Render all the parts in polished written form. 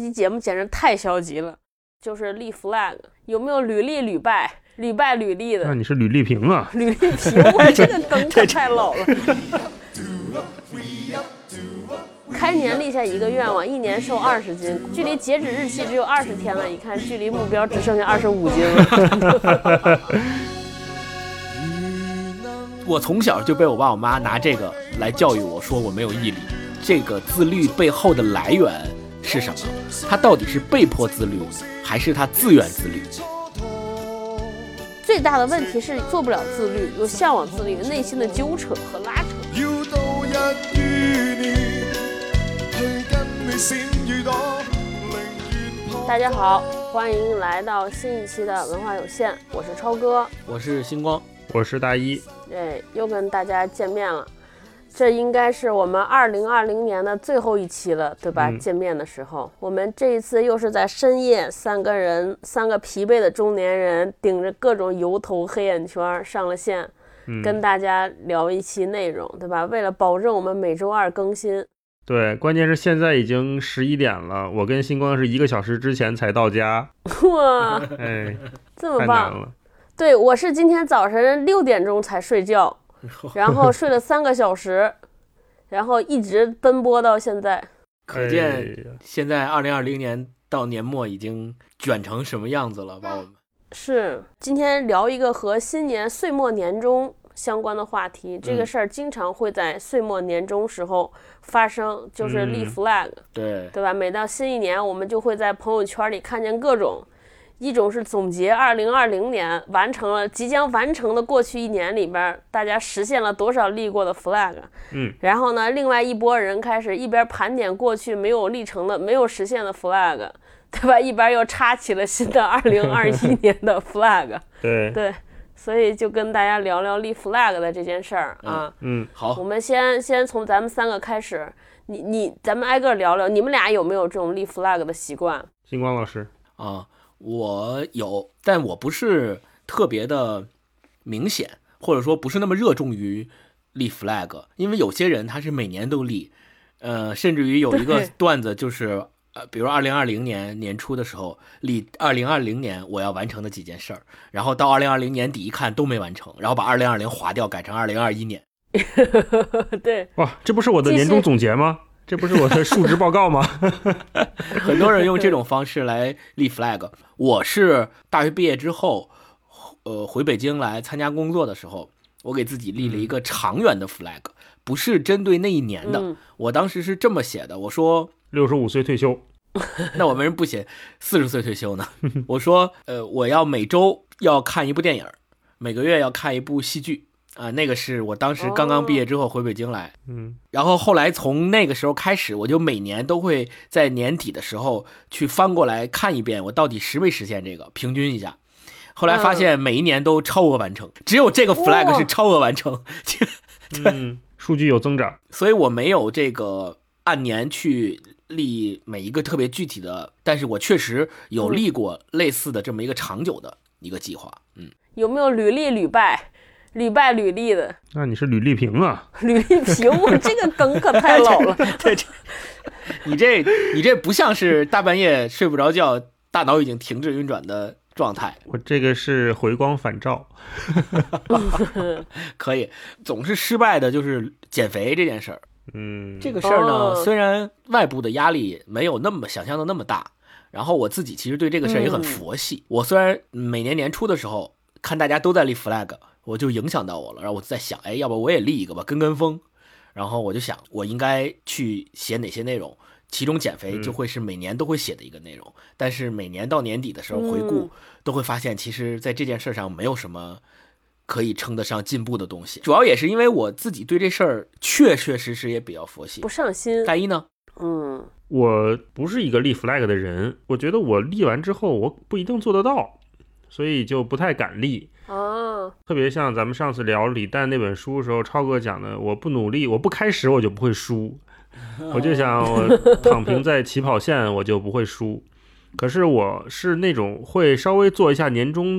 期节目简直太消极了，就是立 flag， 有没有屡立屡败屡败屡立的？ 那你是吕丽萍啊？ 吕丽萍，我这个梗可太老了。开年立下一个愿望，一年瘦20斤，距离截止日期只有20天了，一看距离目标只剩下25斤了。 我从小就被我爸我妈拿这个来教育我，说我没有毅力。这个自律背后的来源是什么？他到底是被迫自律，还是他自愿自律？ 最大的问题是做不了自律，有向往自律的内心的纠扯和拉扯。大家好，欢迎来到新一期的文化有限，我是超哥， 我是星光， 我是大一。 对，又跟大家见面了。这应该是我们2020年的最后一期了，对吧？见面的时候，我们这一次又是在深夜，三个疲惫的中年人，顶着各种油头黑眼圈上了线，跟大家聊一期内容，对吧？为了保证我们每周二更新。 对，关键是现在已经11点了，我跟星光是1个小时之前才到家。 哇， 哎， 这么棒！ 太难了。 对，我是今天早晨6点钟才睡觉。然后睡了3个小时，然后一直奔波到现在。 可见现在2020年到年末已经卷成什么样子了吧？我们是今天聊一个和新年岁末年终相关的话题。这个事儿经常会在岁末年终时候发生，就是立 flag，对吧？每到新一年，我们就会在朋友圈里看见各种。一种是总结2020年即将完成的过去一年里边，大家实现了多少立过的 flag，然后呢，另外一拨人开始一边盘点过去没有立成的、没有实现的 flag， 对吧？一边又插起了新的2021年的 flag， 对，所以就跟大家聊聊立 flag 的这件事儿啊。 好， 我们先从咱们3个开始，咱们挨个聊聊，你们俩有没有这种立 flag 的习惯？ 星光老师啊。我有，但我不是特别的明显，或者说不是那么热衷于立 flag， 因为有些人他是每年都立，甚至于有一个段子就是，比如2020年年初的时候立2020年我要完成的几件事儿，然后到2020年底一看都没完成，然后把2020划掉改成2021年。 对， 哇，这不是我的年终总结吗？这不是我的述职报告吗？ 很多人用这种方式来立 flag。我是大学毕业之后，回北京来参加工作的时候，我给自己立了一个长远的 flag，不是针对那一年的。我当时是这么写的，我说 65岁退休。 那我为什么不写40岁退休呢？我说，我要每周要看一部电影，每个月要看一部戏剧。那个是我当时刚刚毕业之后回北京来，然后后来从那个时候开始，我就每年都会在年底的时候去翻过来看一遍，我到底实没实现这个，平均一下。后来发现每一年都超额完成，只有这个 flag 是超额完成， 对，数据有增长， 所以我没有这个按年去立每一个特别具体的，但是我确实有立过类似的这么一个长久的一个计划。 有没有屡立屡败？屡败屡立的？ 那你是吕丽萍啊？ 吕丽萍，我这个梗可太老了。 对，你这不像是大半夜睡不着觉，大脑已经停止运转的状态。 我这个是回光返照。 可以，总是失败的就是减肥这件事儿。这个事儿呢，虽然外部的压力没有那么想象的那么大，然后我自己其实对这个事儿也很佛系。我虽然每年年初的时候看大家都在立 flag，我就影响到我了，然后我就在想，要不我也立一个吧，跟风。然后我就想，我应该去写哪些内容，其中减肥就会是每年都会写的一个内容。但是每年到年底的时候回顾，都会发现，其实在这件事上没有什么可以称得上进步的东西。主要也是因为我自己对这事儿确实也比较佛系， 不上心。 大一呢？ 我不是一个立 flag 的人，我觉得我立完之后我不一定做得到，所以就不太敢立。特别像咱们上次聊李诞那本书的时候，超哥讲的，我不努力，我不开始我就不会输。我就想我躺平在起跑线我就不会输。可是我是那种会稍微做一下年终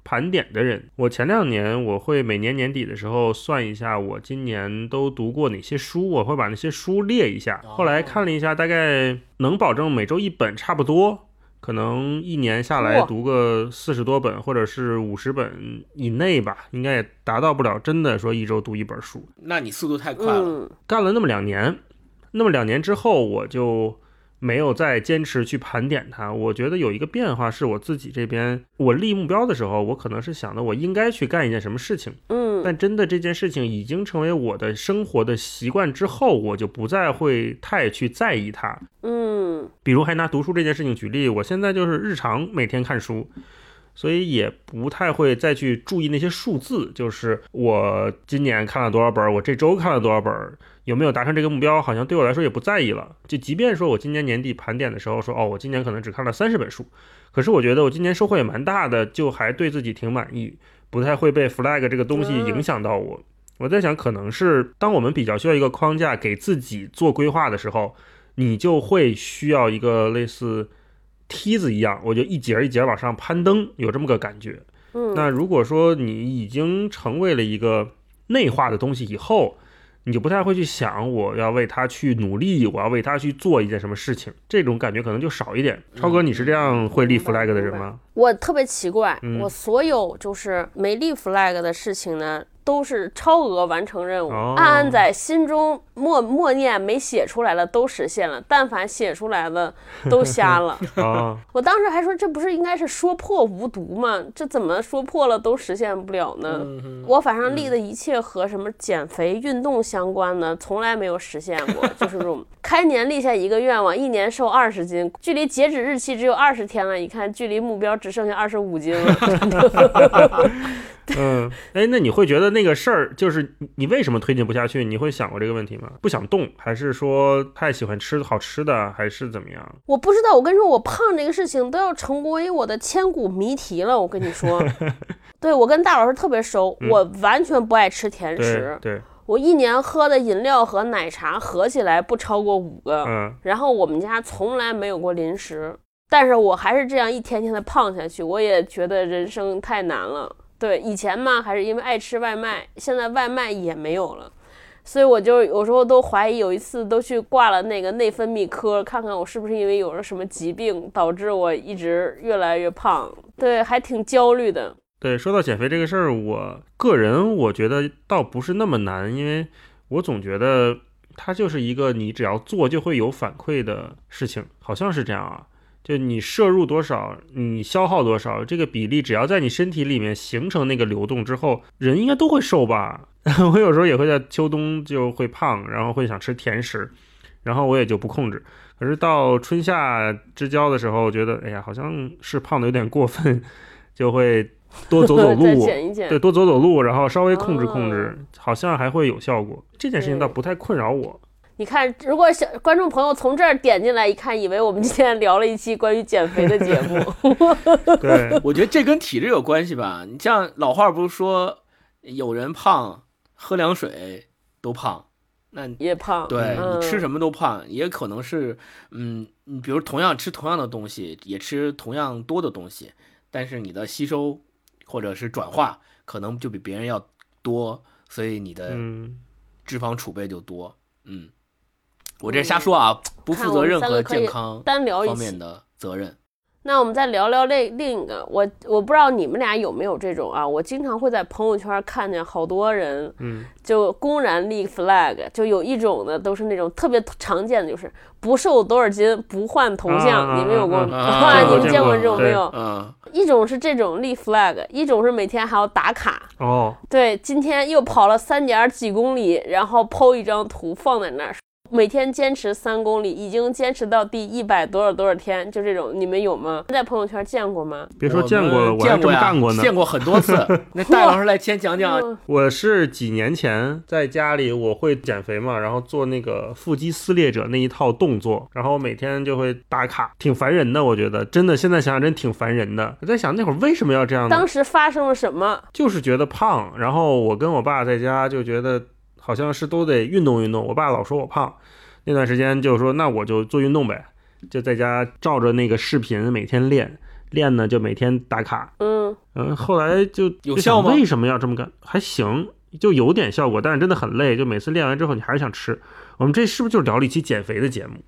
盘点的人。我前2年我会每年年底的时候算一下我今年都读过哪些书，我会把那些书列一下。后来看了一下，大概能保证每周1本差不多，可能1年下来读个40多本或者是50本以内吧，应该也达到不了真的说1周读1本书。 那你速度太快了。 干了那么2年，那么2年之后我就没有再坚持去盘点它。我觉得有一个变化是我自己这边，我立目标的时候，我可能是想的我应该去干一件什么事情，但真的这件事情已经成为我的生活的习惯之后，我就不再会太去在意它。比如还拿读书这件事情举例，我现在就是日常每天看书，所以也不太会再去注意那些数字，就是我今年看了多少本，我这周看了多少本，有没有达成这个目标，好像对我来说也不在意了。就即便说我今年年底盘点的时候说，我今年可能只看了30本书，可是我觉得我今年收获也蛮大的，就还对自己挺满意，不太会被 flag 这个东西影响到我。我在想，可能是当我们比较需要一个框架给自己做规划的时候，你就会需要一个类似梯子一样，我就一节一节往上攀登，有这么个感觉。那如果说你已经成为了一个内化的东西以后，你就不太会去想我要为它去努力，我要为它去做一件什么事情，这种感觉可能就少一点。超哥，你是这样会立 flag 的人吗？ 我特别奇怪，我所有就是没立 flag 的事情呢，都是超额完成任务，暗在心中默念没写出来的都实现了，但凡写出来的都瞎了。我当时还说这不是应该是说破无毒吗？这怎么说破了都实现不了呢？我反正立的一切和什么减肥运动相关的从来没有实现过，就是这种开年立下一个愿望，1年瘦20斤，距离截止日期只有20天了，一看距离目标只剩下25斤了。 那你会觉得那个事儿就是你为什么推进不下去？你会想过这个问题吗？不想动，还是说太喜欢吃好吃的，还是怎么样？ 我不知道，我跟你说，我胖这个事情都要成为我的千古谜题了。我跟你说，对，我跟大老师特别熟，我完全不爱吃甜食。 对， 我1年喝的饮料和奶茶合起来不超过5个，然后我们家从来没有过零食，但是我还是这样一天天的胖下去。我也觉得人生太难了。对，以前嘛还是因为爱吃外卖，现在外卖也没有了，所以我就有时候都怀疑，有一次都去挂了那个内分泌科，看看我是不是因为有了什么疾病导致我一直越来越胖。对，还挺焦虑的。 对，说到减肥这个事儿，我个人我觉得倒不是那么难，因为我总觉得它就是一个你只要做就会有反馈的事情，好像是这样啊。就你摄入多少，你消耗多少，这个比例只要在你身体里面形成那个流动之后，人应该都会瘦吧。我有时候也会在秋冬就会胖，然后会想吃甜食，然后我也就不控制。可是到春夏之交的时候，觉得哎呀，好像是胖的有点过分，就会多走走路，对，多走走路，然后稍微控制控制，好像还会有效果。这件事情倒不太困扰我。 你看，如果观众朋友从这儿点进来一看，以为我们今天聊了一期关于减肥的节目。 对，我觉得这跟体质有关系吧。你像老话不是说，有人胖喝凉水都胖，那也胖。 对，你吃什么都胖，也可能是，你比如同样吃同样的东西，也吃同样多的东西，但是你的吸收或者是转化可能就比别人要多，所以你的脂肪储备就多。我这瞎说啊，不负责任何健康方面的责任。 那我们再聊聊另一个，我不知道你们俩有没有这种啊？我经常会在朋友圈看见好多人，就公然立 flag， 就有一种的都是那种特别常见的，就是不瘦多少斤不换头像，你们有过？你们见过这种没有？一种是这种立 flag， 一种是每天还要打卡。对，今天又跑了3点几公里，然后 po 一张图放在那儿。每天坚持3公里，已经坚持到第100多少天，就这种，你们有吗？在朋友圈见过吗？ 别说见过了，我还这么干过呢， 见过很多次。那戴老师来先讲讲。 我是几年前在家里，我会减肥嘛，然后做那个腹肌撕裂者那一套动作，然后每天就会打卡，挺烦人的。我觉得真的，现在想想真挺烦人的。我在想那会儿为什么要这样呢？ 当时发生了什么？ 就是觉得胖，然后我跟我爸在家就觉得好像是都得运动运动，我爸老说我胖，那段时间就说那我就做运动呗，就在家照着那个视频每天练练呢就每天打卡。后来就有效吗？ 为什么要这么干？还行，就有点效果，但是真的很累，就每次练完之后你还是想吃。我们这是不是就是聊了一期减肥的节目？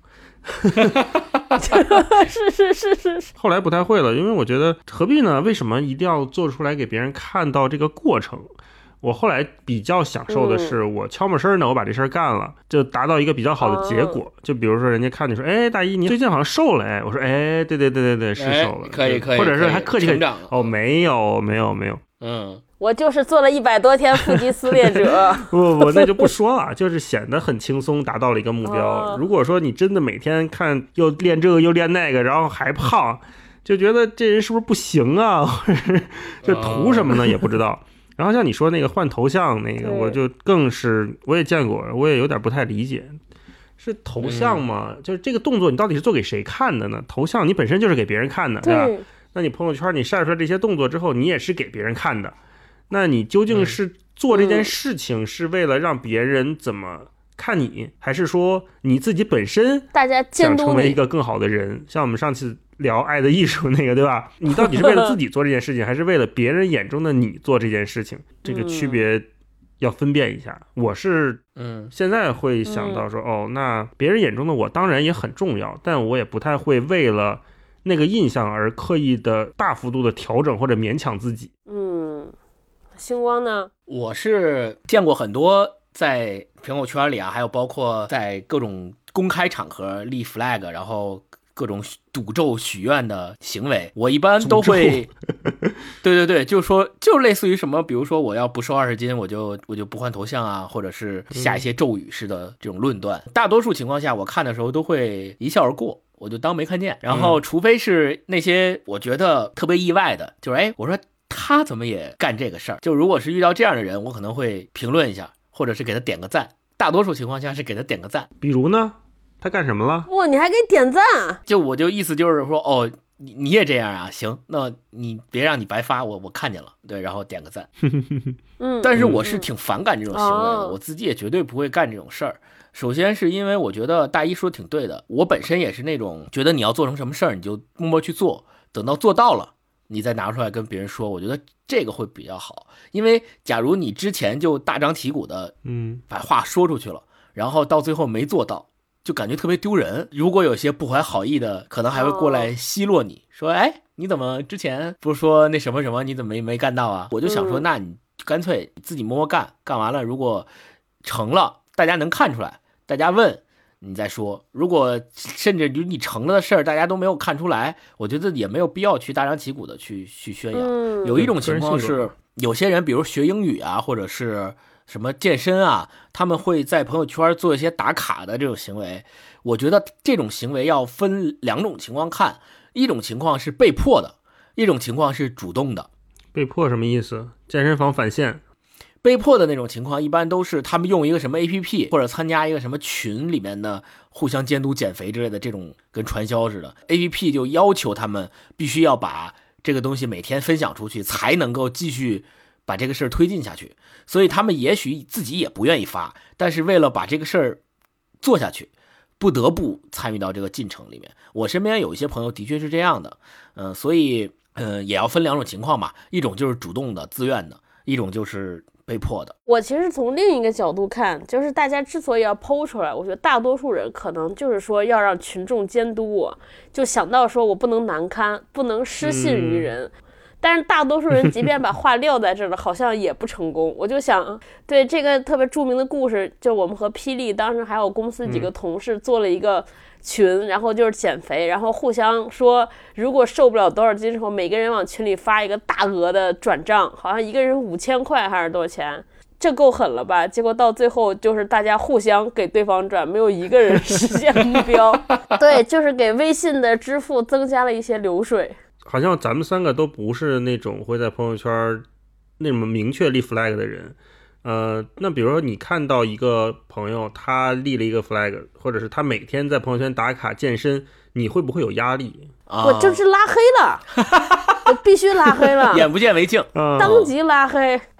是。 后来不太会了，因为我觉得何必呢？为什么一定要做出来给别人看到这个过程？我后来比较享受的是，我悄没声呢，我把这事儿干了，就达到一个比较好的结果。就比如说人家看你说，哎，大一你最近好像瘦了，哎，我说，哎，对，是瘦了， 可以， 或者是还客气哦，没有， 我就是做了100多天腹肌撕裂者。 不，那就不说了，就是显得很轻松，达到了一个目标。如果说你真的每天看又练这个又练那个，然后还胖，就觉得这人是不是不行啊？或者是这图什么呢？也不知道。然后像你说那个换头像那个，我就更是我也见过，我也有点不太理解，是头像吗？就是这个动作你到底是做给谁看的呢？头像你本身就是给别人看的，对吧？那你朋友圈你晒出来这些动作之后，你也是给别人看的，那你究竟是做这件事情是为了让别人怎么看你，还是说你自己本身大家想成为一个更好的人？像我们上次聊爱的艺术那个，对吧？你到底是为了自己做这件事情，还是为了别人眼中的你做这件事情？这个区别要分辨一下。我是现在会想到说，哦，那别人眼中的我当然也很重要，但我也不太会为了那个印象而刻意的大幅度的调整或者勉强自己。 星光呢？ 我是见过很多在朋友圈里啊，还有包括在各种公开场合立 flag， 然后各种赌咒许愿的行为，我一般都会对，就是说，就类似于什么，比如说我要不瘦20斤，我就不换头像啊，或者是下一些咒语式的这种论断。大多数情况下，我看的时候都会一笑而过，我就当没看见。然后，除非是那些我觉得特别意外的，就是我说他怎么也干这个事儿？就如果是遇到这样的人，我可能会评论一下，或者是给他点个赞。大多数情况下是给他点个赞。 比如呢？他干什么了？ 哇，你还给点赞？ 我就意思就是说，哦，你也这样啊？行，那你别让你白发，我看见了，对，然后点个赞。但是我是挺反感这种行为的，我自己也绝对不会干这种事儿。首先是因为我觉得大一说的挺对的，我本身也是那种觉得你要做成什么事儿，你就默默去做，等到做到了，你再拿出来跟别人说，我觉得这个会比较好。因为假如你之前就大张旗鼓的把话说出去了，然后到最后没做到，就感觉特别丢人。如果有些不怀好意的，可能还会过来奚落你，说，哎，你怎么之前不是说那什么什么，你怎么没干到啊？我就想说，那你干脆自己默默干完了，如果成了，大家能看出来，大家问你再说。如果甚至你成了的事儿大家都没有看出来，我觉得也没有必要去大张旗鼓的去宣扬。有一种情况是，有些人比如学英语啊，或者是什么健身啊，他们会在朋友圈做一些打卡的这种行为。我觉得这种行为要分2种情况看，一种情况是被迫的，一种情况是主动的。 被迫什么意思？健身房返现。 被迫的那种情况一般都是他们用一个什么 APP 或者参加一个什么群里面的互相监督减肥之类的，这种跟传销似的 APP 就要求他们必须要把这个东西每天分享出去，才能够继续把这个事儿推进下去。所以他们也许自己也不愿意发，但是为了把这个事儿做下去，不得不参与到这个进程里面。我身边有一些朋友的确是这样的，所以也要分2种情况吧，一种就是主动的自愿的，一种就是被迫的。 我其实从另一个角度看，就是大家之所以要剖出来，我觉得大多数人可能就是说要让群众监督我，就想到说我不能难堪，不能失信于人。但是大多数人即便把话撂在这了，好像也不成功。我就想，对这个特别著名的故事，就我们和霹雳当时还有公司几个同事做了一个群，然后就是减肥，然后互相说如果瘦不了多少斤之后，每个人往群里发一个大额的转账，好像一个人5000块还是多少钱，这够狠了吧？结果到最后就是大家互相给对方转，没有一个人实现目标。对，就是给微信的支付增加了一些流水。 好像咱们3个都不是那种会在朋友圈那么明确立 flag 的人。那比如说你看到一个朋友他立了一个 flag， 或者是他每天在朋友圈打卡健身，你会不会有压力？ 我就是拉黑了。我必须拉黑了， 眼不见为净， 当即拉黑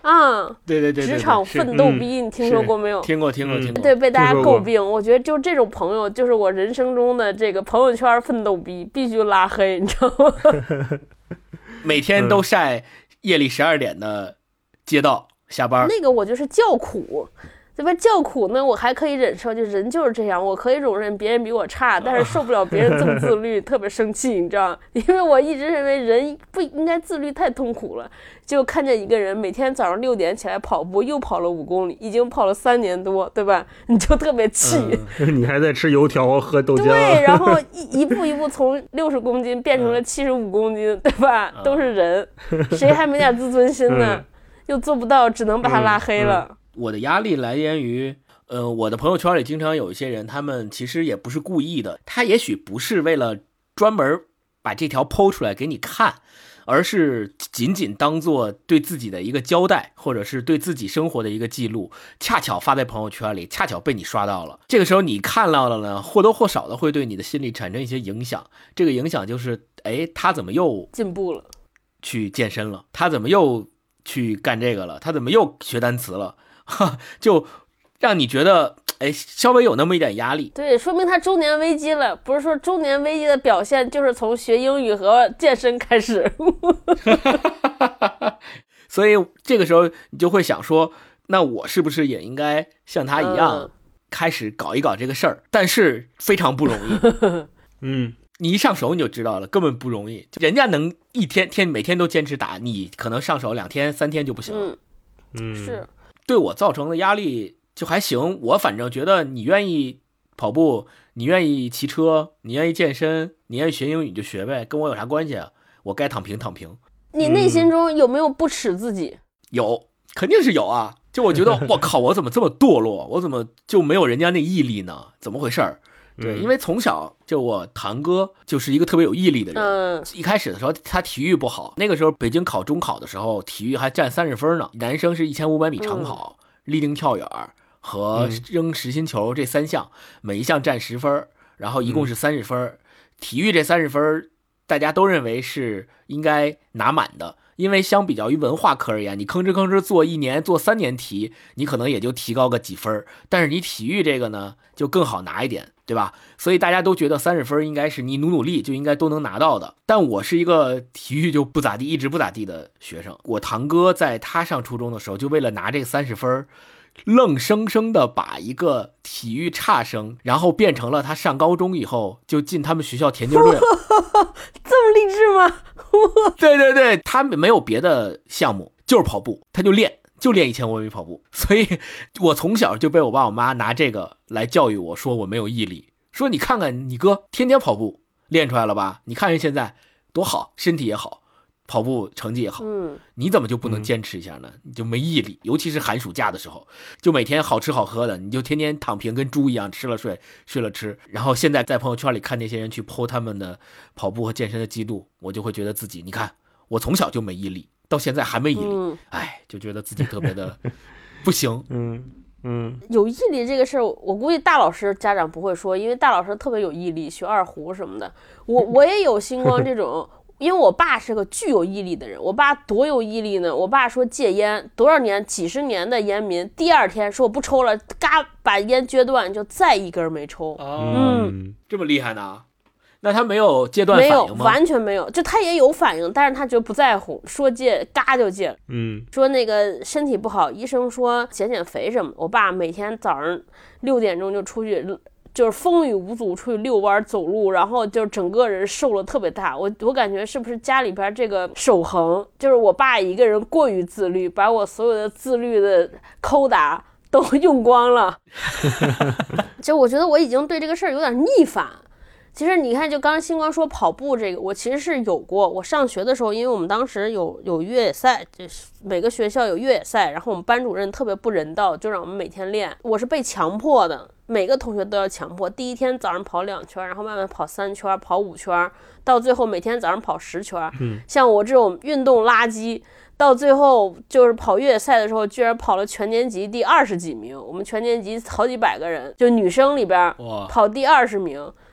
啊， 对， 职场奋斗逼，你听说过没有？ 听过。 对，被大家诟病。我觉得就这种朋友，就是我人生中的这个朋友圈奋斗逼，必须拉黑，你知道吗？ 每天都晒夜里12点的街道下班， 那个我就是叫苦。对吧？叫苦呢，我还可以忍受，就人就是这样，我可以容忍别人比我差，但是受不了别人这么自律，特别生气，你知道？因为我一直认为人不应该自律，太痛苦了。就看见一个人每天早上6点起来跑步，又跑了5公里，已经跑了3年多，对吧？你就特别气。 你还在吃油条喝豆浆。 对，然后一步一步从60公斤变成了75公斤，对吧？都是人，谁还没点自尊心呢？又做不到，只能把他拉黑了。 我的压力来源于，我的朋友圈里经常有一些人，他们其实也不是故意的，他也许不是为了专门把这条剖出来给你看，而是仅仅当做对自己的一个交代，或者是对自己生活的一个记录，恰巧发在朋友圈里，恰巧被你刷到了。这个时候你看到了呢，或多或少的会对你的心理产生一些影响。这个影响就是，他怎么又进步了， 去健身了？他怎么又去干这个了？他怎么又学单词了？就让你觉得稍微有那么一点压力。 对，说明他中年危机了。不是说中年危机的表现就是从学英语和健身开始。 所以这个时候你就会想说，那我是不是也应该像他一样开始搞一搞这个事儿？但是非常不容易。你一上手你就知道了，根本不容易。人家能每天都坚持打，你可能上手2天3天就不行了。 是。 对我造成的压力就还行，我反正觉得你愿意跑步，你愿意骑车，你愿意健身，你愿意学英语就学呗，跟我有啥关系啊？我该躺平躺平。 你内心中有没有不耻自己？ 有，肯定是有啊。就我觉得我靠，我怎么这么堕落，我怎么就没有人家那毅力呢？怎么回事儿？对，因为从小就我堂哥就是一个特别有毅力的人。一开始的时候他体育不好，那个时候北京考中考的时候，体育还占30分呢。男生是1500米长跑、立定跳远和扔实心球这3项，每一项占10分，然后一共是30分。体育这30分大家都认为是应该拿满的。因为相比较于文化课而言，你吭哧做1年做3年题，你可能也就提高个几分，但是你体育这个呢就更好拿一点，对吧？所以大家都觉得30分应该是你努力就应该都能拿到的。但我是一个体育就不咋地，一直不咋地的学生。我堂哥在他上初中的时候，就为了拿这30分，愣生生的把一个体育差生，然后变成了他上高中以后就进他们学校田径队了。 这么励志吗？ 对，他没有别的项目，就是跑步，他就练1500米跑步。所以我从小就被我爸我妈拿这个来教育我，说我没有毅力，说你看看你哥天天跑步练出来了吧，你看人现在多好，身体也好，跑步成绩也好，你怎么就不能坚持一下呢？你就没毅力，尤其是寒暑假的时候，就每天好吃好喝的，你就天天躺平跟猪一样，吃了睡，睡了吃。然后现在在朋友圈里看那些人去 po 他们的跑步和健身的记录，我就会觉得自己，你看我从小就没毅力，到现在还没毅力，就觉得自己特别的不行。 有毅力这个事儿，我估计大老师家长不会说，因为大老师特别有毅力，学2胡什么的。我也有星光这种。因为我爸是个具有毅力的人，我爸多有毅力呢？我爸说戒烟，多少年几十年的烟民，第2天说我不抽了，嘎把烟撅断，就再一根没抽。 这么厉害呢？那他没有戒断反应吗？ 没有，完全没有。就他也有反应，但是他觉得不在乎，说戒嘎就戒了。说那个身体不好，医生说减肥什么。我爸每天早上6点钟就出去。就是风雨无阻出去遛弯走路，然后就整个人瘦了特别大。我感觉是不是家里边这个守恒，就是我爸一个人过于自律，把我所有的自律的扣打都用光了。就我觉得我已经对这个事儿有点逆反。其实你看，就刚刚星光说跑步这个，我其实是有过。我上学的时候，因为我们当时有越野赛，就是每个学校有越野赛，然后我们班主任特别不人道，就让我们每天练。我是被强迫的，每个同学都要强迫。第一天早上跑2圈，然后慢慢跑3圈，跑5圈，到最后每天早上跑10圈。像我这种运动垃圾，到最后就是跑越野赛的时候，居然跑了全年级第20几名。我们全年级好几百个人，就女生里边跑第20名。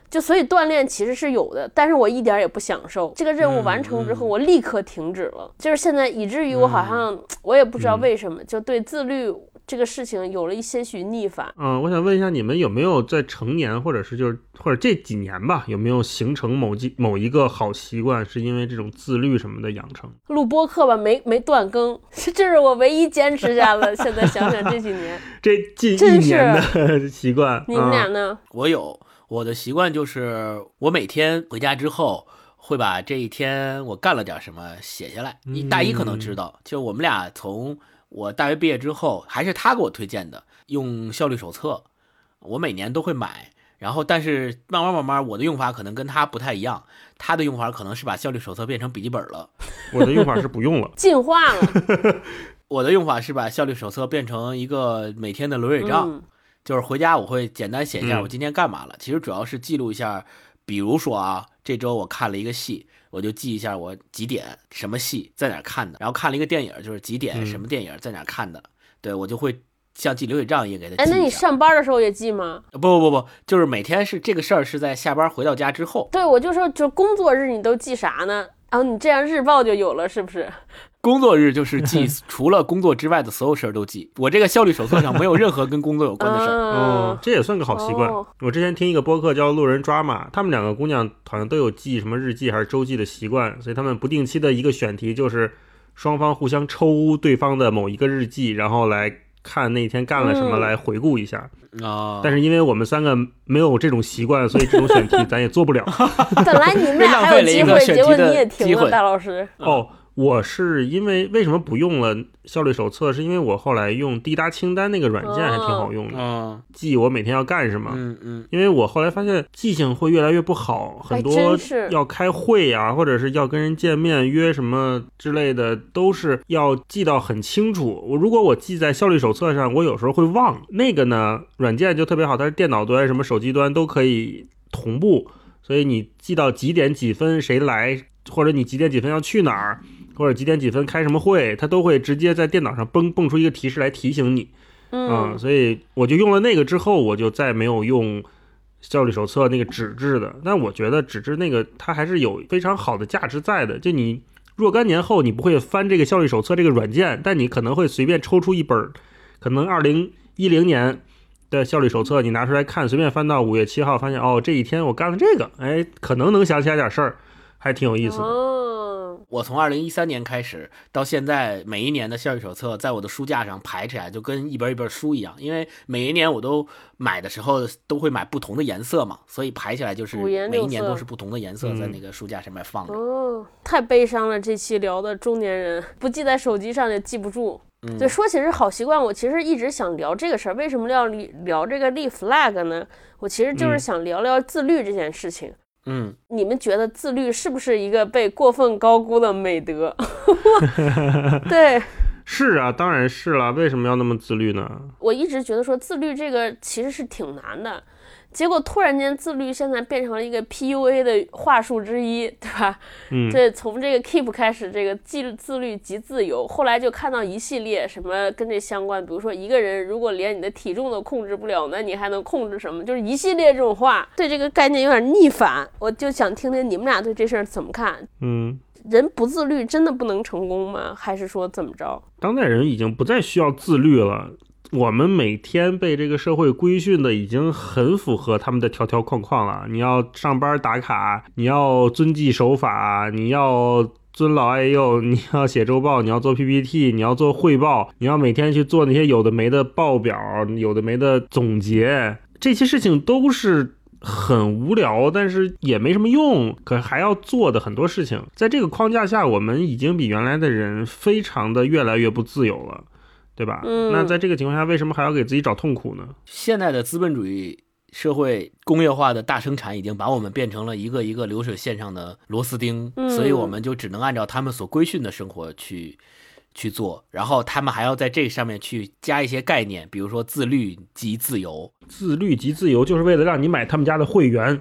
就所以锻炼其实是有的，但是我一点也不享受。这个任务完成之后，我立刻停止了。就是现在以至于我好像我也不知道为什么，就对自律这个事情有了一些许逆反。 我想问一下，你们有没有在成年或者这几年吧，有没有形成某一个好习惯，是因为这种自律什么的养成？ 录播客吧，没断更，这是我唯一坚持下了。现在想想这几年， 这近1年的习惯， 你们俩呢？ 我的习惯就是我每天回家之后会把这一天我干了点什么写下来。你大一可能知道，就我们俩从我大学毕业之后，还是他给我推荐的，用效率手册，我每年都会买。然后但是慢慢我的用法可能跟他不太一样，他的用法可能是把效率手册变成笔记本了， 我的用法是不用了进化了我的用法是把效率手册变成一个每天的流水账，就是回家我会简单写一下我今天干嘛了，其实主要是记录一下，比如说啊，这周我看了一个戏，我就记一下我几点什么戏在哪看的，然后看了一个电影就是几点什么电影在哪看的，对，我就会像记流水账也给他记一下。 那你上班的时候也记吗？ 不，就是每天是这个事儿是在下班回到家之后。 对，我就说就工作日你都记啥呢？然后你这样日报就有了，是不是？ 工作日就是记除了工作之外的所有事儿都记。我这个效率手册上没有任何跟工作有关的事儿。 这也算个好习惯。我之前听一个播客叫路人抓马，他们2个姑娘好像都有记什么日记还是周记的习惯，所以他们不定期的一个选题就是双方互相抽对方的某一个日记，然后来看那天干了什么，来回顾一下。但是因为我们3个没有这种习惯，所以这种选题咱也做不了。 本来你们俩还有机会，结果你也停了，大老师。 我是因为什么不用了效率手册，是因为我后来用滴答清单那个软件还挺好用的，记我每天要干什么。因为我后来发现记性会越来越不好，很多要开会啊，或者是要跟人见面约什么之类的，都是要记到很清楚。如果我记在效率手册上，我有时候会忘。那个呢，软件就特别好，它是电脑端什么手机端都可以同步，所以你记到几点几分谁来，或者你几点几分要去哪儿，或者几点几分开什么会，它都会直接在电脑上蹦出一个提示来提醒你。所以我就用了那个之后，我就再没有用效率手册那个纸质的。但我觉得纸质那个它还是有非常好的价值在的，就你若干年后你不会翻这个效率手册这个软件，但你可能会随便抽出一本可能2010年的效率手册，你拿出来看，随便翻到5月7号，发现这一天我干了这个，可能想起来点事儿，还挺有意思的。 我从2013年开始到现在，每一年的效率手册在我的书架上排起来，就跟一本一本书一样，因为每一年我都买的时候都会买不同的颜色嘛，所以排起来就是每一年都是不同的颜色在那个书架上面放着。 太悲伤了，这期聊的中年人不记在手机上也记不住。对，说起是好习惯，我其实一直想聊这个事儿。为什么要聊这个立 flag 呢？我其实就是想聊聊自律这件事情。你们觉得自律是不是一个被过分高估的美德？对， 是啊，当然是了。为什么要那么自律呢？ 我一直觉得说自律这个其实是挺难的，结果突然间自律现在变成了一个 PUA 的话术之一，对吧？对，从这个 Keep 开始，这个自律即自由，后来就看到一系列什么跟这相关，比如说一个人如果连你的体重都控制不了，那你还能控制什么？就是一系列这种话，对这个概念有点逆反。我就想听听你们俩对这事儿怎么看？人不自律真的不能成功吗？还是说怎么着？ 当代人已经不再需要自律了。我们每天被这个社会规训的已经很符合他们的条条框框了。你要上班打卡，你要遵纪守法，你要尊老爱幼，你要写周报，你要做 PPT， 你要做汇报，你要每天去做那些有的没的报表，有的没的总结，这些事情都是很无聊，但是也没什么用，可还要做的很多事情。在这个框架下，我们已经比原来的人非常的越来越不自由了，对吧？那在这个情况下，为什么还要给自己找痛苦呢？ 现在的资本主义社会工业化的大生产已经把我们变成了一个一个流水线上的螺丝钉，所以我们就只能按照他们所规训的生活去做，然后他们还要在这上面去加一些概念，比如说自律即自由。自律即自由就是为了让你买他们家的会员。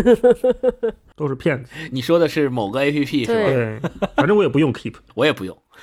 都是骗子。 你说的是某个 APP 是吧？ 对，反正我也不用 Keep， 我也不用。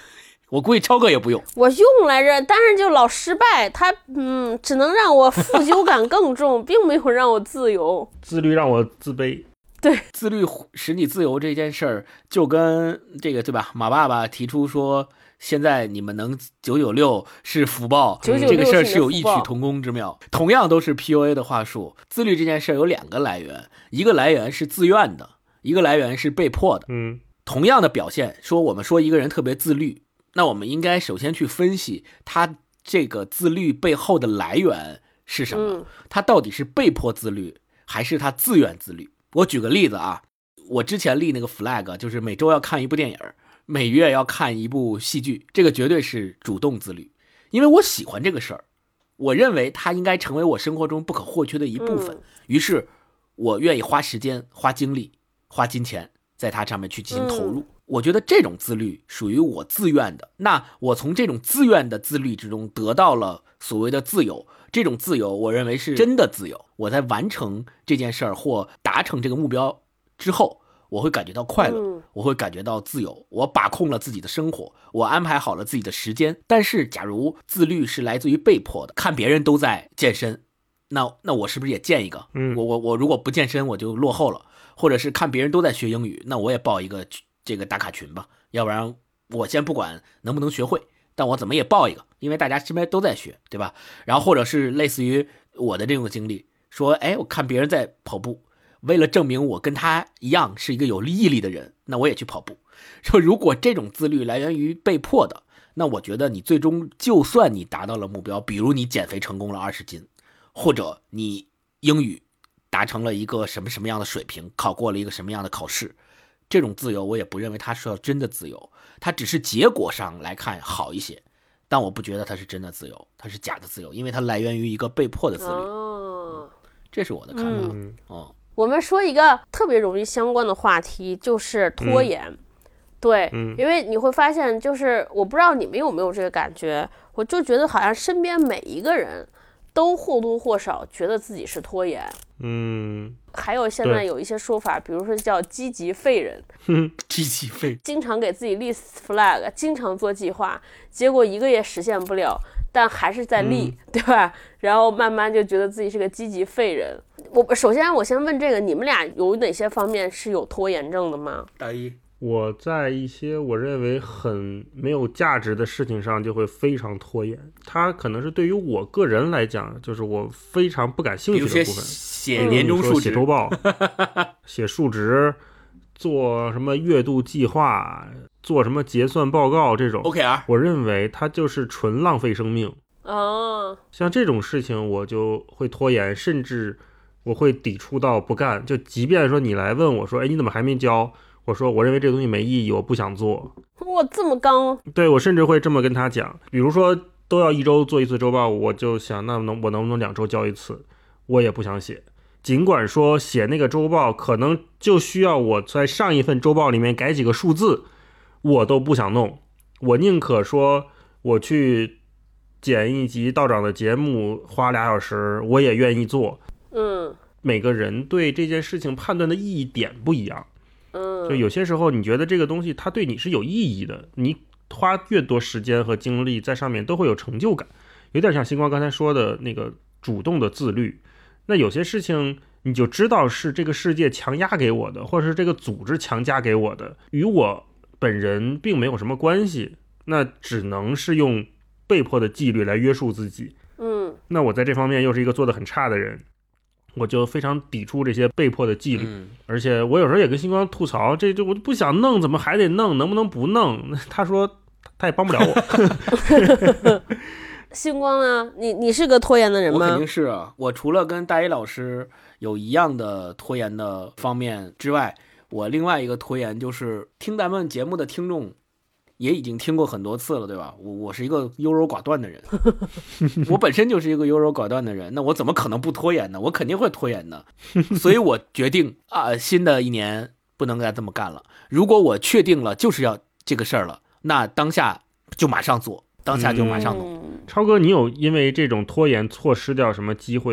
我估计超哥也不用。 我用来着，但是就老失败，它只能让我负疚感更重，并没有让我自由。 自律让我自卑。 对， 自律使你自由这件事儿，就跟这个对吧？马爸爸提出说，现在你们能996是福报，这个事儿是有异曲同工之妙。同样都是 PUA 的话术，自律这件事儿有2个来源，一个来源是自愿的，一个来源是被迫的。同样的表现，说我们说一个人特别自律，那我们应该首先去分析他这个自律背后的来源是什么，他到底是被迫自律还是他自愿自律。我举个例子啊，我之前立那个 flag 就是每周要看一部电影，每月要看一部戏剧，这个绝对是主动自律，因为我喜欢这个事儿，我认为它应该成为我生活中不可或缺的一部分，于是我愿意花时间、花精力、花金钱在它上面去进行投入。我觉得这种自律属于我自愿的，那我从这种自愿的自律之中得到了所谓的自由，这种自由我认为是真的自由。我在完成这件事儿或达成这个目标之后，我会感觉到快乐，我会感觉到自由，我把控了自己的生活，我安排好了自己的时间。但是假如自律是来自于被迫的，看别人都在健身，那我是不是也健一个？我如果不健身我就落后了，或者是看别人都在学英语，那我也报一个这个打卡群吧，要不然我先不管能不能学会，但我怎么也报一个，因为大家身边都在学，对吧？然后或者是类似于我的这种经历，说我看别人在跑步，为了证明我跟他一样是一个有毅力的人，那我也去跑步。说如果这种自律来源于被迫的，那我觉得你最终就算你达到了目标，比如你减肥成功了20斤，或者你英语达成了一个什么样的水平，考过了一个什么样的考试，这种自由我也不认为它是真的自由，它只是结果上来看好一些，但我不觉得它是真的自由，它是假的自由，因为它来源于一个被迫的自律。这是我的看法。 我们说一个特别容易相关的话题，就是拖延。对，因为你会发现，就是我不知道你们有没有这个感觉，我就觉得好像身边每一个人都或多或少觉得自己是拖延。还有现在有一些说法，比如说叫积极废人。 积极废， 经常给自己立 flag， 经常做计划，结果一个也实现不了，但还是在立，对吧？然后慢慢就觉得自己是个积极废人。首先我先问这个，你们俩有哪些方面是有拖延症的吗？ 大一， 我在一些我认为很没有价值的事情上就会非常拖延，它可能是对于我个人来讲，就是我非常不感兴趣的部分。 写年终述职、 写周报、写述职、做什么月度计划、做什么结算报告这种 OKR， 我认为它就是纯浪费生命。像这种事情我就会拖延，甚至我会抵触到不干。就即便说你来问我说，你怎么还没交？我说我认为这东西没意义，我不想做。 哇，这么刚？ 对，我甚至会这么跟他讲。比如说都要1周做一次周报，我就想那我能不能2周交一次？我也不想写。尽管说写那个周报可能就需要我在上一份周报里面改几个数字，我都不想弄。我宁可说我去剪一集道长的节目花2小时，我也愿意做。每个人对这件事情判断的意义点不一样。就有些时候你觉得这个东西它对你是有意义的，你花越多时间和精力在上面都会有成就感，有点像星光刚才说的那个主动的自律。那有些事情你就知道是这个世界强压给我的，或者是这个组织强加给我的，与我本人并没有什么关系，那只能是用被迫的纪律来约束自己。那我在这方面又是一个做得很差的人，我就非常抵触这些被迫的纪律。而且我有时候也跟星光吐槽，这就我不想弄，怎么还得弄？能不能不弄？他说他也帮不了我。 星光呢？你是个拖延的人吗？ 我肯定是啊。我除了跟大一老师有一样的拖延的方面之外，我另外一个拖延就是听咱们节目的听众也已经听过很多次了，对吧？我是一个优柔寡断的人，我本身就是一个优柔寡断的人，那我怎么可能不拖延呢？我肯定会拖延的。所以我决定新的一年不能再这么干了。如果我确定了就是要这个事儿了，那当下就马上做，当下就马上弄。 超哥，你有因为这种拖延错失掉什么机会吗？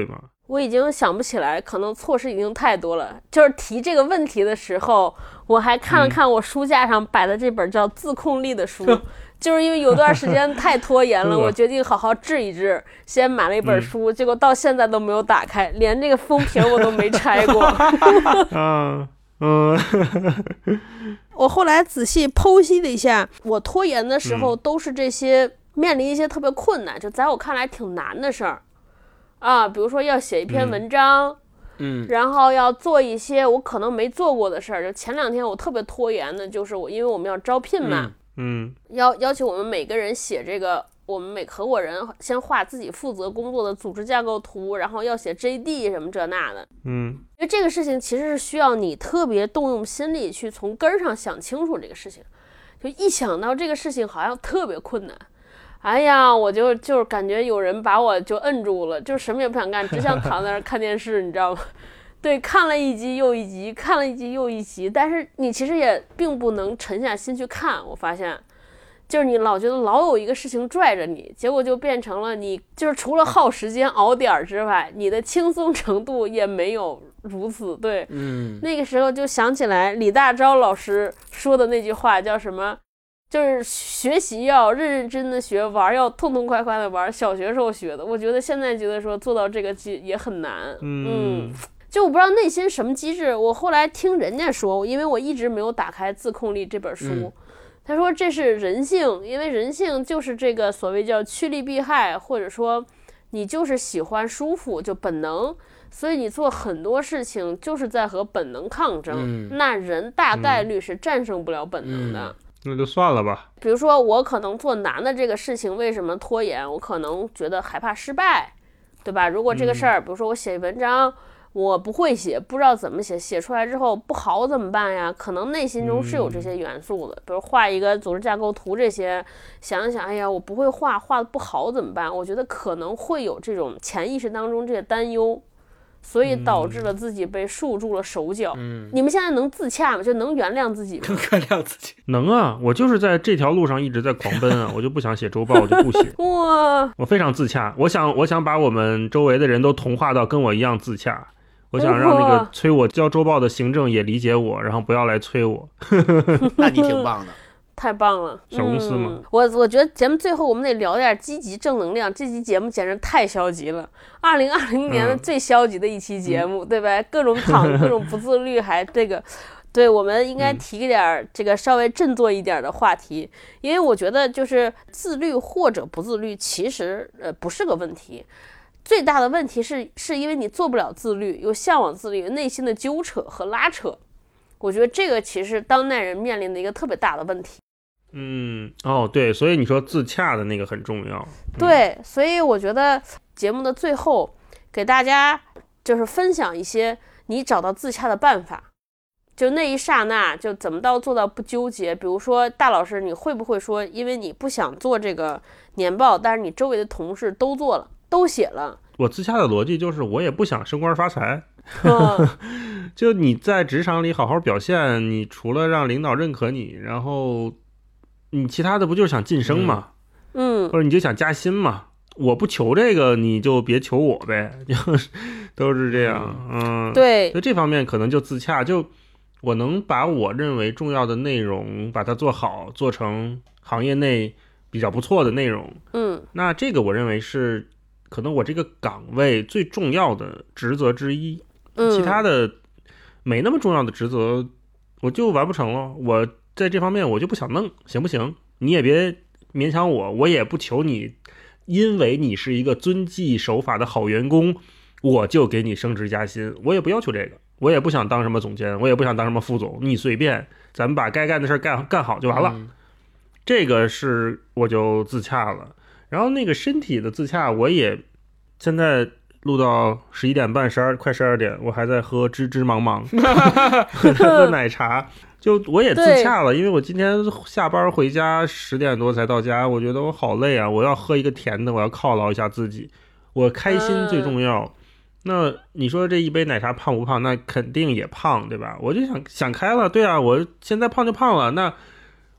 我已经想不起来，可能错失已经太多了。就是提这个问题的时候，我还看了看我书架上摆的这本叫《自控力》的书，就是因为有段时间太拖延了，我决定好好治一治，先买了一本书，结果到现在都没有打开，连这个封皮我都没拆过。我后来仔细剖析了一下，我拖延的时候都是这些面临一些特别困难，就在我看来挺难的事儿啊，比如说要写一篇文章，然后要做一些我可能没做过的事儿。就前2天我特别拖延的，就是因为我们要招聘嘛，要求我们每个人写这个，我们每合伙人先画自己负责工作的组织架构图，然后要写 JD 什么这那的，因为这个事情其实是需要你特别动用心力去从根儿上想清楚这个事情，就一想到这个事情好像特别困难。哎呀，我就是感觉有人把我就摁住了，就什么也不想干，只想躺在那儿看电视，你知道吗？对，看了一集又一集，看了一集又一集，但是你其实也并不能沉下心去看。我发现，就是你老觉得老有一个事情拽着你，结果就变成了你就是除了耗时间熬点之外，你的轻松程度也没有如此。对，那个时候就想起来李大钊老师说的那句话，叫什么？就是学习要认认真真的学，玩要痛痛快快的玩，小学时候学的。我觉得现在觉得说做到这个也很难。就我不知道内心什么机制。我后来听人家说，因为我一直没有打开《自控力》这本书，他说这是人性，因为人性就是这个所谓叫趋利避害，或者说你就是喜欢舒服，就本能，所以你做很多事情就是在和本能抗争。那人大概率是战胜不了本能的。 那就算了吧。 比如说我可能做难的这个事情，为什么拖延？我可能觉得害怕失败，对吧？如果这个事儿，比如说我写文章，我不会写，不知道怎么写，写出来之后不好怎么办呀？可能内心中是有这些元素的，比如画一个组织架构图这些，想一想，哎呀，我不会画，画的不好怎么办？我觉得可能会有这种潜意识当中这些担忧。所以导致了自己被束住了手脚。你们现在能自洽吗？就能原谅自己吗？ 能原谅自己？ 能啊，我就是在这条路上一直在狂奔啊，我就不想写周报，我就不写。 哇， 我非常自洽，我想把我们周围的人都同化到跟我一样自洽。我想让那个催我交周报的行政也理解我，然后不要来催我。 那你挺棒的。 太棒了， 小公司嘛。 我觉得节目最后我们得聊点积极正能量。这期节目简直太消极了，2020年的最消极的一期节目，对吧？各种躺，各种不自律，还这个，对，我们应该提点这个稍微振作一点的话题，因为我觉得就是自律或者不自律，其实不是个问题。最大的问题是因为你做不了自律，又向往自律，内心的纠扯和拉扯。我觉得这个其实当代人面临的一个特别大的问题。 对，所以你说自洽的那个很重要。 对，所以我觉得节目的最后给大家就是分享一些你找到自洽的办法，就那一刹那就怎么做到不纠结。比如说大老师，你会不会说因为你不想做这个年报，但是你周围的同事都做了，都写了？ 我自洽的逻辑就是我也不想升官发财。就你在职场里好好表现，你除了让领导认可你，然后你其他的不就是想晋升吗？或者你就想加薪吗？我不求这个，你就别求我呗，就是都是这样。 对， 所以这方面可能就自洽，就我能把我认为重要的内容把它做好，做成行业内比较不错的内容。那这个我认为是可能我这个岗位最重要的职责之一。其他的没那么重要的职责我就完不成了，我在这方面我就不想弄，行不行？你也别勉强我，我也不求你因为你是一个遵纪守法的好员工我就给你升职加薪，我也不要求这个，我也不想当什么总监，我也不想当什么副总，你随便，咱们把该干的事干好就完了。这个是我就自洽了。然后那个身体的自洽，我也现在录到11点半快12点，我还在喝芝芝芒芒喝奶茶，就我也自洽了。因为我今天下班回家10点多才到家，我觉得我好累啊，我要喝一个甜的，我要犒劳一下自己，我开心最重要。那你说这一杯奶茶胖不胖？那肯定也胖，对吧？我就想开了，对啊，我现在胖就胖了，那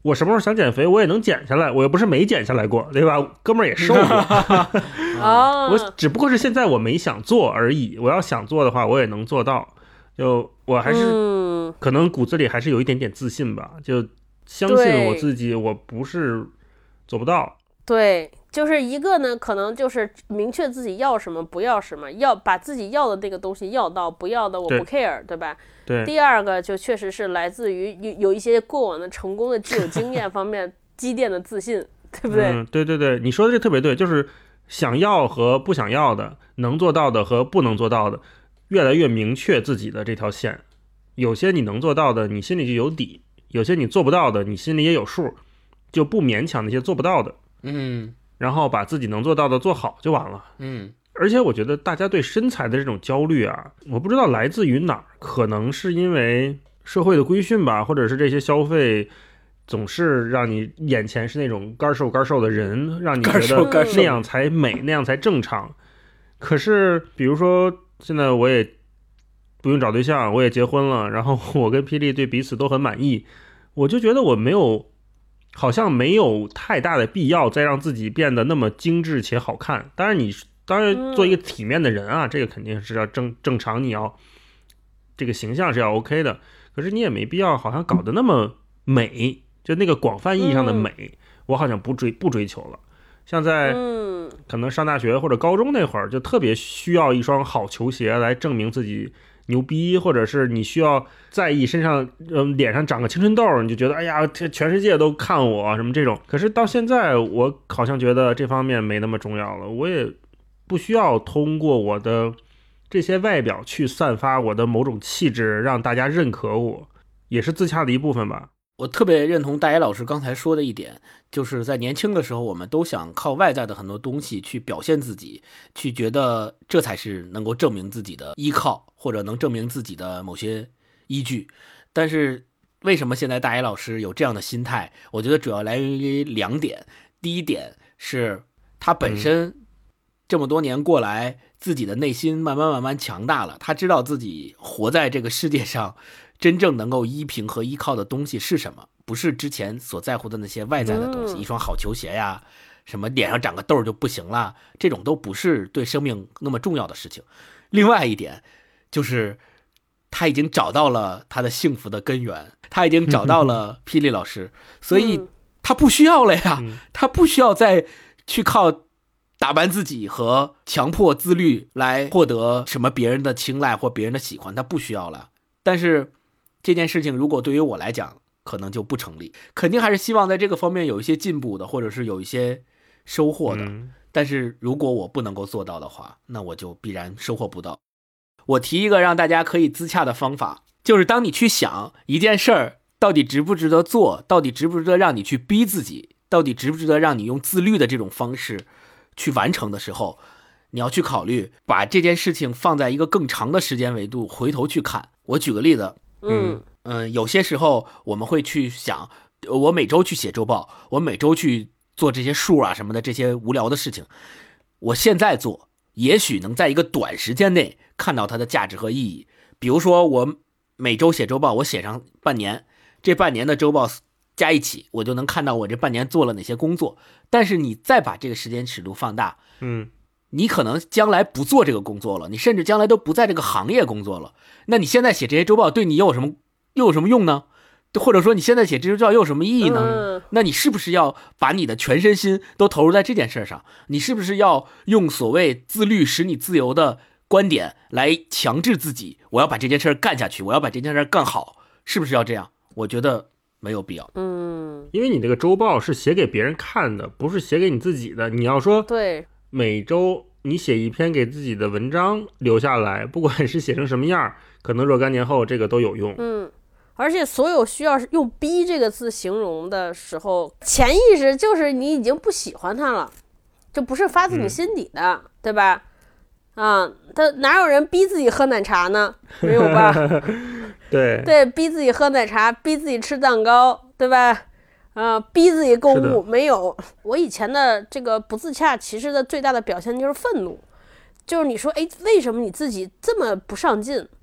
我什么时候想减肥，我也能减下来，我又不是没减下来过，对吧？哥们儿也瘦过。我只不过是现在我没想做而已。我要想做的话，我也能做到。就我还是可能骨子里还是有一点点自信吧，就相信我自己，我不是做不到。 对，就是一个呢，可能就是明确自己要什么，不要什么，要把自己要的那个东西要到，不要的我不 care， 对吧？ 对。 第二个就确实是来自于有一些过往的成功的具有经验方面积淀的自信，对不对？ 对对对，你说的这特别对，就是想要和不想要的，能做到的和不能做到的，越来越明确自己的这条线。有些你能做到的，你心里就有底；有些你做不到的，你心里也有数，就不勉强那些做不到的。然后把自己能做到的做好就完了。而且我觉得大家对身材的这种焦虑啊，我不知道来自于哪儿，可能是因为社会的规训吧，或者是这些消费总是让你眼前是那种干瘦的人，让你觉得那样才美，那样才正常。可是比如说现在我也不用找对象，我也结婚了，然后我跟霹雳对彼此都很满意，我就觉得我好像没有太大的必要再让自己变得那么精致且好看。当然做一个体面的人啊，这个肯定是要正常，你要这个形象是要 OK 的。可是你也没必要好像搞得那么美，就那个广泛意义上的美，我好像不追求了。像在可能上大学或者高中那会儿，就特别需要一双好球鞋来证明自己牛逼，或者是你需要在意身上脸上长个青春痘，你就觉得哎呀全世界都看我什么这种。可是到现在我好像觉得这方面没那么重要了，我也不需要通过我的这些外表去散发我的某种气质，让大家认可我，也是自洽的一部分吧。 我特别认同大野老师刚才说的一点，就是在年轻的时候我们都想靠外在的很多东西去表现自己，去觉得这才是能够证明自己的依靠，或者能证明自己的某些依据。但是为什么现在大野老师有这样的心态，我觉得主要来源于2点。第一点是他本身这么多年过来，自己的内心慢慢强大了，他知道自己活在这个世界上真正能够依凭和依靠的东西是什么，不是之前所在乎的那些外在的东西，一双好球鞋呀，什么脸上长个痘就不行了，这种都不是对生命那么重要的事情。另外一点就是他已经找到了他的幸福的根源，他已经找到了霹雳老师，所以他不需要了呀，他不需要再去靠打扮自己和强迫自律来获得什么别人的青睐或别人的喜欢，他不需要了。但是这件事情如果对于我来讲可能就不成立，肯定还是希望在这个方面有一些进步的，或者是有一些收获的。但是如果我不能够做到的话，那我就必然收获不到。我提一个让大家可以自洽的方法，就是当你去想一件事儿到底值不值得做，到底值不值得让你去逼自己，到底值不值得让你用自律的这种方式去完成的时候，你要去考虑把这件事情放在一个更长的时间维度回头去看。我举个例子，有些时候我们会去想，我每周去写周报，我每周去做这些数啊什么的，这些无聊的事情，我现在做也许能在一个短时间内看到它的价值和意义。比如说我每周写周报，我写上半年，这半年的周报加一起，我就能看到我这半年做了哪些工作。但是你再把这个时间尺度放大，你可能将来不做这个工作了，你甚至将来都不在这个行业工作了。那你现在写这些周报对你又有什么用呢？或者说你现在写这些周报又有什么意义呢？那你是不是要把你的全身心都投入在这件事上？你是不是要用所谓自律使你自由的观点来强制自己，我要把这件事干下去，我要把这件事干好，是不是要这样？我觉得没有必要。 因为你这个周报是写给别人看的，不是写给你自己的。你要说对，每周你写一篇给自己的文章留下来，不管是写成什么样，可能若干年后这个都有用。 而且所有需要用逼这个字形容的时候，潜意识就是你已经不喜欢它了，这不是发自你心底的，对吧？他哪有人逼自己喝奶茶呢？没有吧？对，逼自己喝奶茶，逼自己吃蛋糕，对吧？逼自己购物，没有。我以前的这个不自洽，其实的最大的表现就是愤怒，就是你说，为什么你自己这么不上进？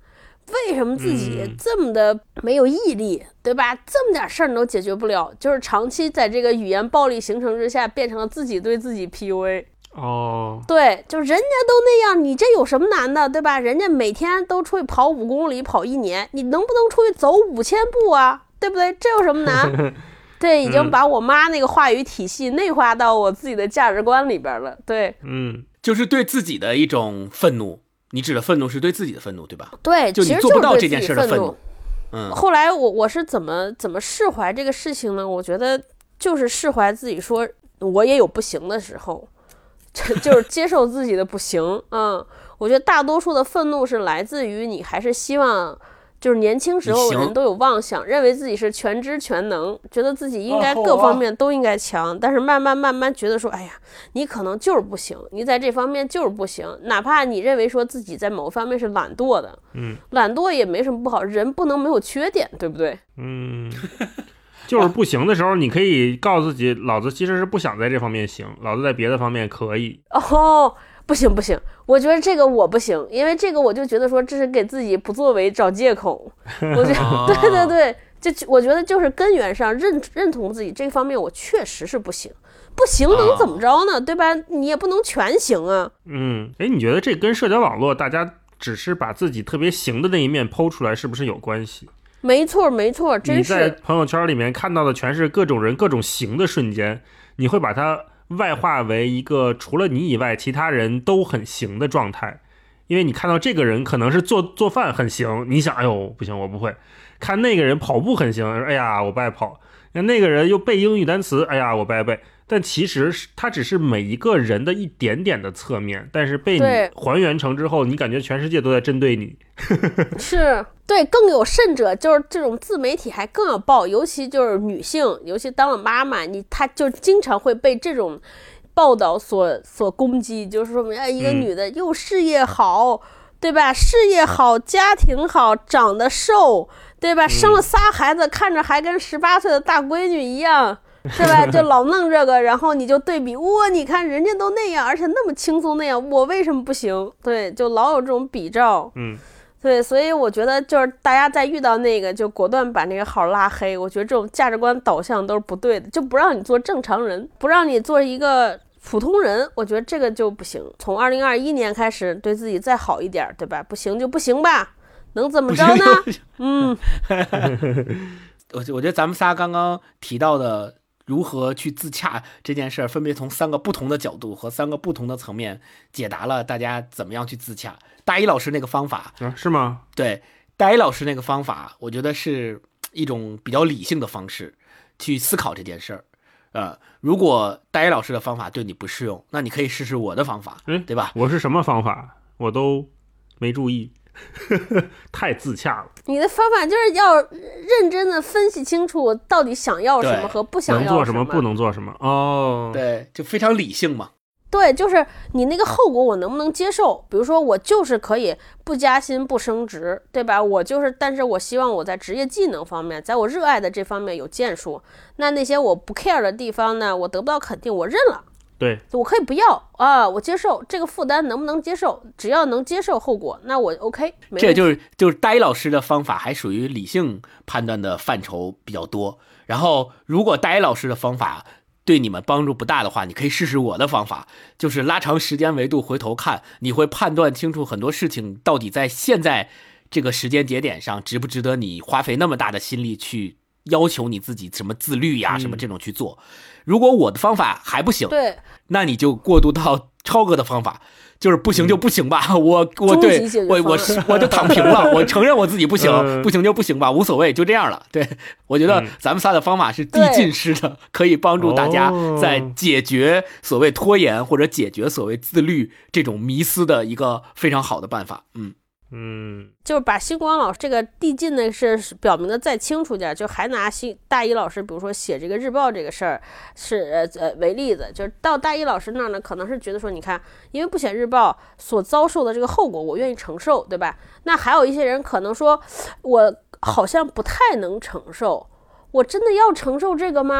为什么自己这么的没有毅力，对吧？这么点事儿你都解决不了，就是长期在这个语言暴力形成之下，变成了自己对自己 PUA。对，就人家都那样，你这有什么难的，对吧？人家每天都出去跑5公里，跑1年，你能不能出去走5000步啊？对不对？这有什么难？对，已经把我妈那个话语体系内化到我自己的价值观里边了。对， 就是对自己的一种愤怒。你指的愤怒是对自己的愤怒，对吧？ 对， 就你做不到这件事的愤怒。 后来我是怎么释怀这个事情呢？我觉得就是释怀自己，说我也有不行的时候。就是接受自己的不行。我觉得大多数的愤怒是来自于你还是希望，就是年轻时候人都有妄想，认为自己是全知全能，觉得自己应该各方面都应该强，但是慢慢觉得说，哎呀，你可能就是不行，你在这方面就是不行，哪怕你认为说自己在某方面是懒惰的，懒惰也没什么不好，人不能没有缺点，对不对？ 就是不行的时候，你可以告诉自己，老子其实是不想在这方面行，老子在别的方面可以。 不行，我觉得这个我不行，因为这个我就觉得说这是给自己不作为找借口。我觉得对，就我觉得就是根源上认同自己这方面我确实是不行，不行能怎么着呢？对吧？你也不能全行啊。 你觉得这跟社交网络大家只是把自己特别行的那一面剖出来是不是有关系？ 没错，真是。 你在朋友圈里面看到的全是各种人各种行的瞬间，你会把它外化为一个除了你以外其他人都很行的状态。因为你看到这个人可能是做饭很行，你想哎呦不行我不会。看那个人跑步很行，哎呀我不爱跑。那个人又背英语单词，哎呀我不爱背。但其实他只是每一个人的一点点的侧面，但是被你还原成之后，你感觉全世界都在针对你。 是，对，更有甚者，就是这种自媒体还更要爆，尤其就是女性，尤其当了妈妈，她就经常会被这种报道所攻击，就是说一个女的又事业好，对吧？事业好，家庭好，长得瘦，对吧？生了仨孩子，看着还跟18岁的大闺女一样。是吧？就老弄这个，然后你就对比，你看人家都那样，而且那么轻松那样，我为什么不行？对，就老有这种比照。对，所以我觉得就是大家在遇到那个就果断把那个号拉黑，我觉得这种价值观导向都是不对的，就不让你做正常人，不让你做一个普通人，我觉得这个就不行。从2021年开始对自己再好一点，对吧？不行就不行吧，能怎么着呢？ 我觉得咱们仨刚刚提到的如何去自洽这件事儿，分别从3个不同的角度和3个不同的层面解答了大家怎么样去自洽。大一老师那个方法是吗？ 对，大一老师那个方法我觉得是一种比较理性的方式去思考这件事儿。如果大一老师的方法对你不适用，那你可以试试我的方法，对吧？ 我是什么方法我都没注意。太自洽了。 你的方法就是要认真的分析清楚到底想要什么和不想要什么， 能做什么不能做什么。 对，就非常理性嘛。 对，就是你那个后果我能不能接受？比如说我就是可以不加薪不升职，对吧？但是我希望我在职业技能方面，在我热爱的这方面有建树。那些我不 care 的地方呢，我得不到肯定，我认了。 对， 我可以不要啊，我接受这个负担，能不能接受？只要能接受后果，那我 OK。 这就是呆老师的方法，还属于理性判断的范畴比较多。然后，如果呆老师的方法对你们帮助不大的话，你可以试试我的方法，就是拉长时间维度回头看，你会判断清楚很多事情到底在现在这个时间节点上值不值得你花费那么大的心力去要求你自己什么自律呀，什么这种去做。如果我的方法还不行， 对， 那你就过渡到超哥的方法，就是不行就不行吧，我就躺平了，我承认我自己不行，不行就不行吧，无所谓，就这样了。对，我觉得咱们仨的方法是递进式的，可以帮助大家在解决所谓拖延或者解决所谓自律这种迷思的一个非常好的办法。 就是把星光老师这个递进的是表明的再清楚点，就还拿大一老师比如说写这个日报这个事儿是为例子，就是到大一老师那儿呢，可能是觉得说，你看因为不写日报所遭受的这个后果我愿意承受，对吧？那还有一些人可能说，我好像不太能承受，我真的要承受这个吗？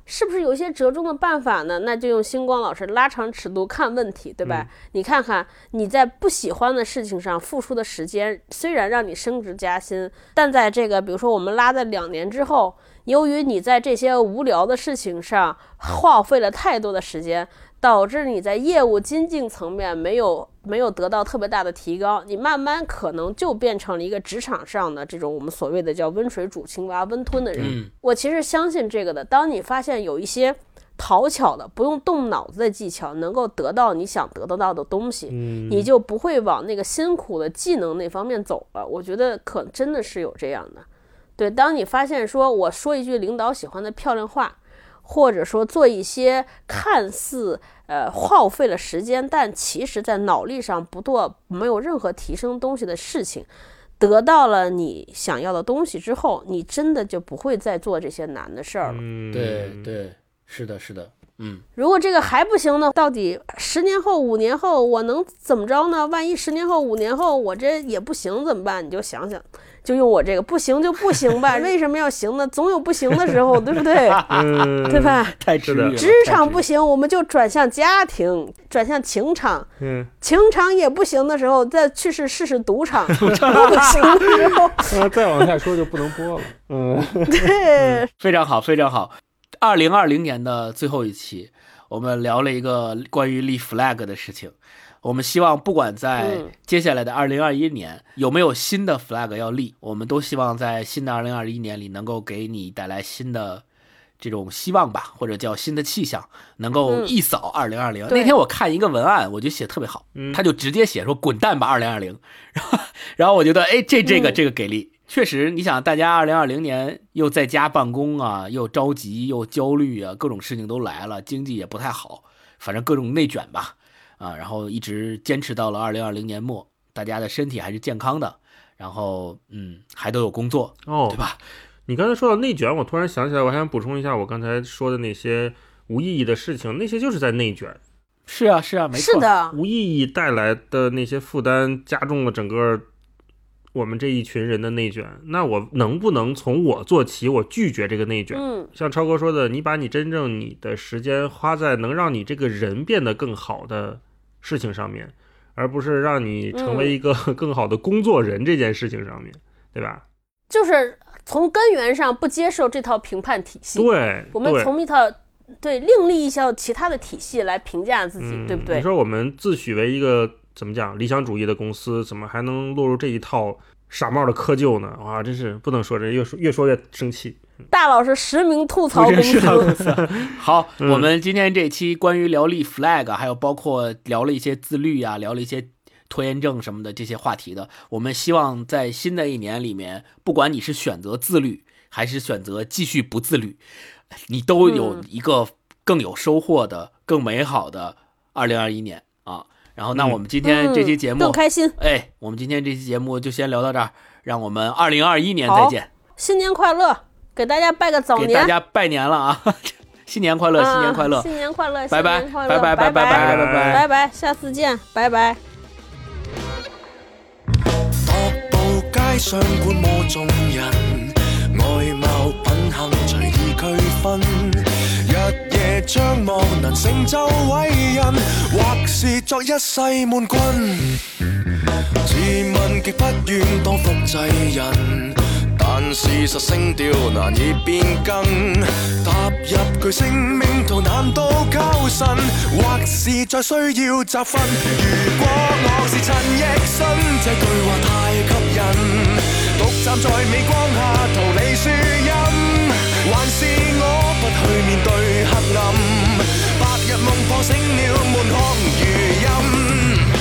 是不是有一些折中的办法呢？那就用星光老师拉长尺度看问题，对吧？你看看你在不喜欢的事情上付出的时间，虽然让你升职加薪，但在这个比如说我们拉在2年之后，由于你在这些无聊的事情上耗费了太多的时间，导致你在业务精进层面没有得到特别大的提高，你慢慢可能就变成了一个职场上的这种我们所谓的叫温水煮青蛙、温吞的人。我其实相信这个的。当你发现有一些讨巧的不用动脑子的技巧能够得到你想得到的东西，你就不会往那个辛苦的技能那方面走了。我觉得真的是有这样的。对，当你发现说我说一句领导喜欢的漂亮话，或者说做一些看似耗费了时间，但其实在脑力上没有任何提升东西的事情，得到了你想要的东西之后，你真的就不会再做这些难的事儿了。 对，是的。 如果这个还不行呢，到底10年后5年后我能怎么着呢？万一10年后5年后我这也不行怎么办？你就想想，就用我这个，不行就不行吧。为什么要行呢？总有不行的时候，对不对？对吧？ 太治愈了。 职场不行，我们就转向家庭，转向情场。情场也不行的时候，再去试试赌场。不行的时候， 再往下说就不能播了。 对， 非常好，非常好。2020年的最后一期，我们聊了一个关于立 flag 的事情。我们希望不管在接下来的2021年有没有新的 flag 要立，我们都希望在新的2021年里能够给你带来新的这种希望吧，或者叫新的气象，能够一扫2020。那天我看一个文案，我觉得写特别好，他就直接写说滚蛋吧2020。然后我觉得这个给力。确实，你想大家2020年又在家办公啊，又着急又焦虑啊，各种事情都来了，经济也不太好，反正各种内卷吧，然后一直坚持到了2020年末，大家的身体还是健康的，然后还都有工作，对吧？ 你刚才说到内卷，我突然想起来，我还想补充一下我刚才说的那些无意义的事情，那些就是在内卷。 是啊，没错， 是的， 无意义带来的那些负担加重了整个我们这一群人的内卷。那我能不能从我做起，我拒绝这个内卷？像超哥说的，你把你的时间花在能让你这个人变得更好的事情上面，而不是让你成为一个更好的工作人这件事情上面，对吧？ 就是从根源上不接受这套评判体系。 对， 我们从一套另立一套其他的体系来评价自己，对不对？ 你说我们自诩为一个怎么讲理想主义的公司，怎么还能落入这一套傻帽的窠臼呢？哇，真是不能说，这越说越生气。 大佬是实名吐槽公司。 好，我们今天这期关于聊立 flag， 还有包括聊了一些自律啊，聊了一些拖延症什么的这些话题的，我们希望在新的一年里面，不管你是选择自律还是选择继续不自律，你都有一个更有收获的、更美好的2021年啊。然后那我们今天这期节目更开心。 我们今天这期节目就先聊到这儿，让我们2021年再见。 新年快乐，给大家拜个早年， 给大家拜年了啊！新年快乐，新年快乐， 新年快乐， 拜拜，拜拜，拜拜， 拜拜，下次見，拜拜。 踱步街上觀摩眾人，外貌品行隨意區分，日夜張望能成就偉人，或是作一世悶棍。自問極不願當複製人，但事實聲調難以變更，踏入巨星命途難度靠神，或是再需要集訓。如果我是陳奕迅，這句話太吸引，獨站在微光下逃離樹蔭，還是我不去面對黑暗，白日夢破醒了滿腔餘音。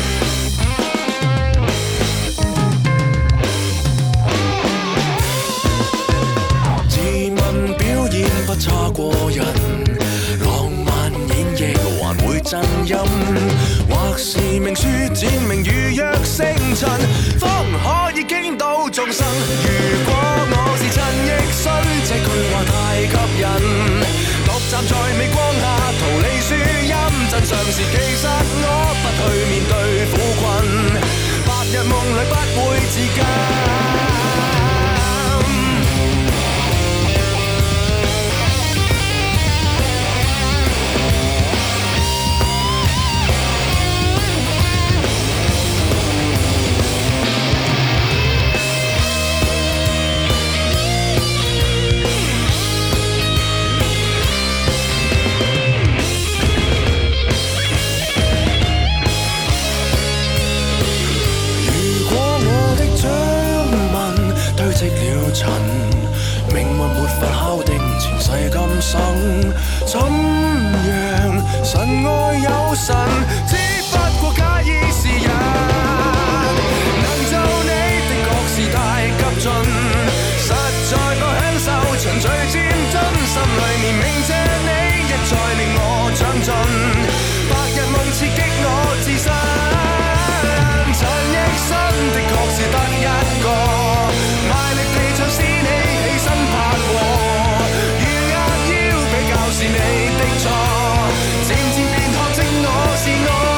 不差過人，浪漫演繹還會震音，或是命書展明如若星塵，方可以傾到眾生。如果我是陳奕迅，這句話太吸引，獨站在微光下逃離樹蔭，真相是其實我不去面對苦困，白日夢裏不會自禁。 怎樣？神愛有神，只不過假意是人。能就你的確是太急進，實在個享受循序漸進，心裏面銘謝你一再令我長進，白日夢刺激我自身，陳奕迅的確是得一個，賣力地唱使你起身拍和，如壓腰比較是你的錯，漸漸便學證我是我。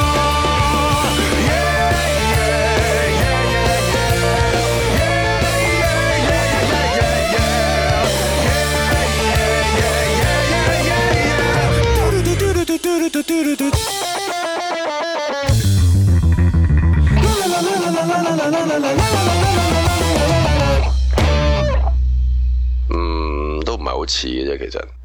都唔係好似嘅啫，其實。